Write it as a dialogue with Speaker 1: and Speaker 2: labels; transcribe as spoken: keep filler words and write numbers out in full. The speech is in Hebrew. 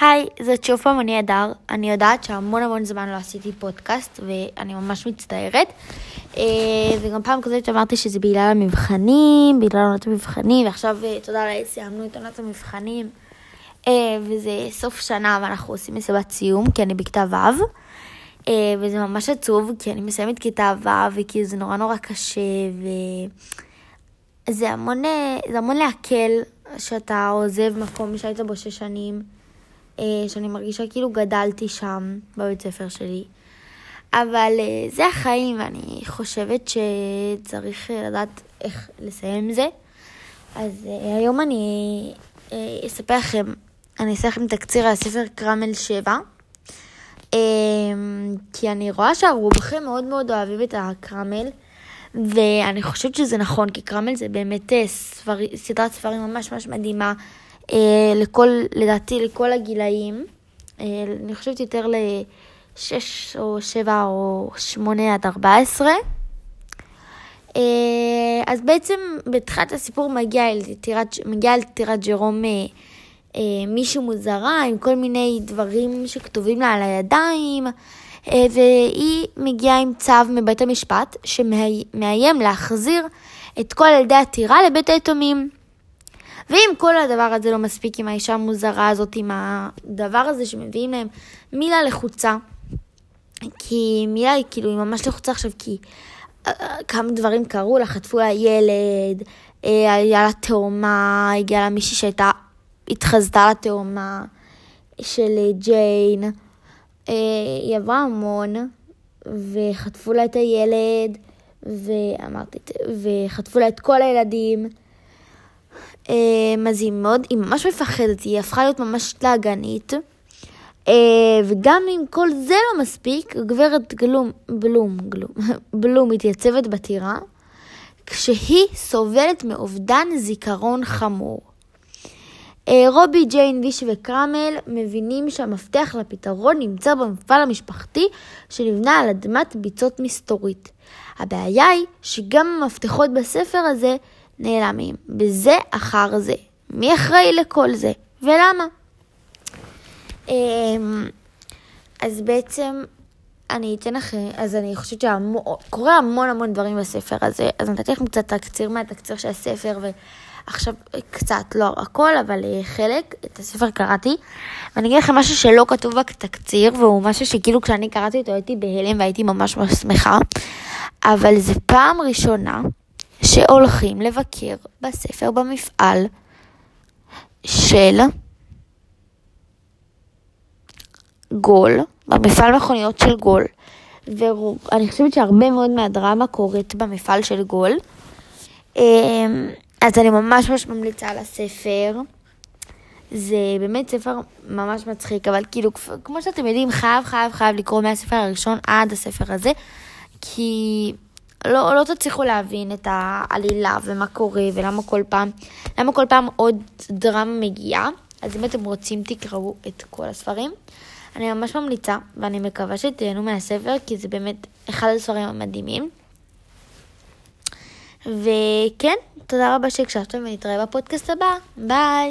Speaker 1: היי, זאת שוב פעם אני אדר. אני יודעת שהמון המון זמן לא עשיתי פודקאסט, ואני ממש מצטערת. וגם פעם כזאת אמרתי שזה בגלל המבחנים, בגלל עונת המבחנים, ועכשיו תודה לאל סיימנו את עונת המבחנים. וזה סוף שנה ואנחנו עושים מסיבת סיום, כי אני בכיתה ו'. וזה ממש עצוב, כי אני מסיימת כיתה ו', וכי זה נורא נורא קשה, וזה המון, זה המון להקל שאתה עוזב מקום שהיית בו שש שנים, שאני מרגישה כאילו גדלתי שם בבית ספר שלי. אבל זה החיים, ואני חושבת שצריך לדעת איך לסיים עם זה. אז היום אני אספר לכם, אני אעשה לכם תקציר על הספר קרמל שבע, כי אני רואה שהרובכם מאוד מאוד אוהבים את הקרמל, ואני חושבת שזה נכון, כי קרמל זה באמת ספר, סדרת ספרים ממש ממש מדהימה, לכל, לדעתי לכל הגילאים. אני חושבת יותר לשש או שבע או שמונה עד ארבע עשרה. אז בעצם בתחילת הסיפור מגיע אל טירת, מגיע אל טירת ג'רום מישהו מוזרה עם כל מיני דברים שכתובים לה על הידיים, והיא מגיעה עם צו מבית המשפט שמאיים להחזיר את כל ילדי הטירה לבית היתומים. ואם כל הדבר הזה לא מספיק עם האישה המוזרה הזאת, עם הדבר הזה שמביאים להם מילה לחוצה, כי מילה היא כאילו היא ממש לחוצה עכשיו, כי כמה דברים קרו לה, חטפו לה ילד, היה לה תאומה, הגיעה לה מישהי שהייתה, התחזתה לה תאומה של ג'יין, היא עברה המון, וחטפו לה את הילד, ואמרתי, וחטפו לה את כל הילדים, אז היא מאוד, היא ממש מפחדת, היא הפכה להיות ממש להגנית, וגם אם כל זה לא מספיק, גברת גלום, בלום, גלום, בלום מתייצבת בטירה, כשהיא סובלת מאובדן זיכרון חמור. רובי, ג'יין, ויש וקרמל מבינים שהמפתח לפתרון נמצא במפעל המשפחתי שנבנה על אדמת ביצות מסתורית. הבעיה היא שגם המפתחות בספר הזה נעלמים, בזה אחר זה. מי אחראי לכל זה? ולמה? אז בעצם אני אתן לכם, אז אני חושבת שקורה המון המון דברים בספר הזה, אז אני נתתי לכם קצת תקציר מהתקציר של הספר, ועכשיו קצת, לא הכל, אבל חלק, את הספר קראתי, ואני אגיד לכם משהו שלא כתוב בתקציר, והוא משהו שכאילו כשאני קראתי אותו הייתי בהלם והייתי ממש ממש שמחה, אבל זה פעם ראשונה שהולכים לבקר בספר במפעל של גול, במפעל מכוניות של גול, ואני חושבת שהרבה מאוד מהדרמה קורית במפעל של גול. אז אני ממש ממש ממליצה על הספר. זה באמת ספר ממש מצחיק, אבל כאילו כמו שאתם יודעים, חייב חייב חייב לקרוא מהספר הראשון עד הספר הזה, כי לא, לא תצליחו להבין את העלילה ומה קורה ולמה כל פעם, למה כל פעם עוד דרמה מגיעה. אז אם אתם רוצים תקראו את כל הספרים. אני ממש ממליצה, ואני מקווה שתהנו מהספר, כי זה באמת אחד הספרים המדהימים. וכן, תודה רבה שהקשבתם, ונתראה בפודקאסט הבא. ביי!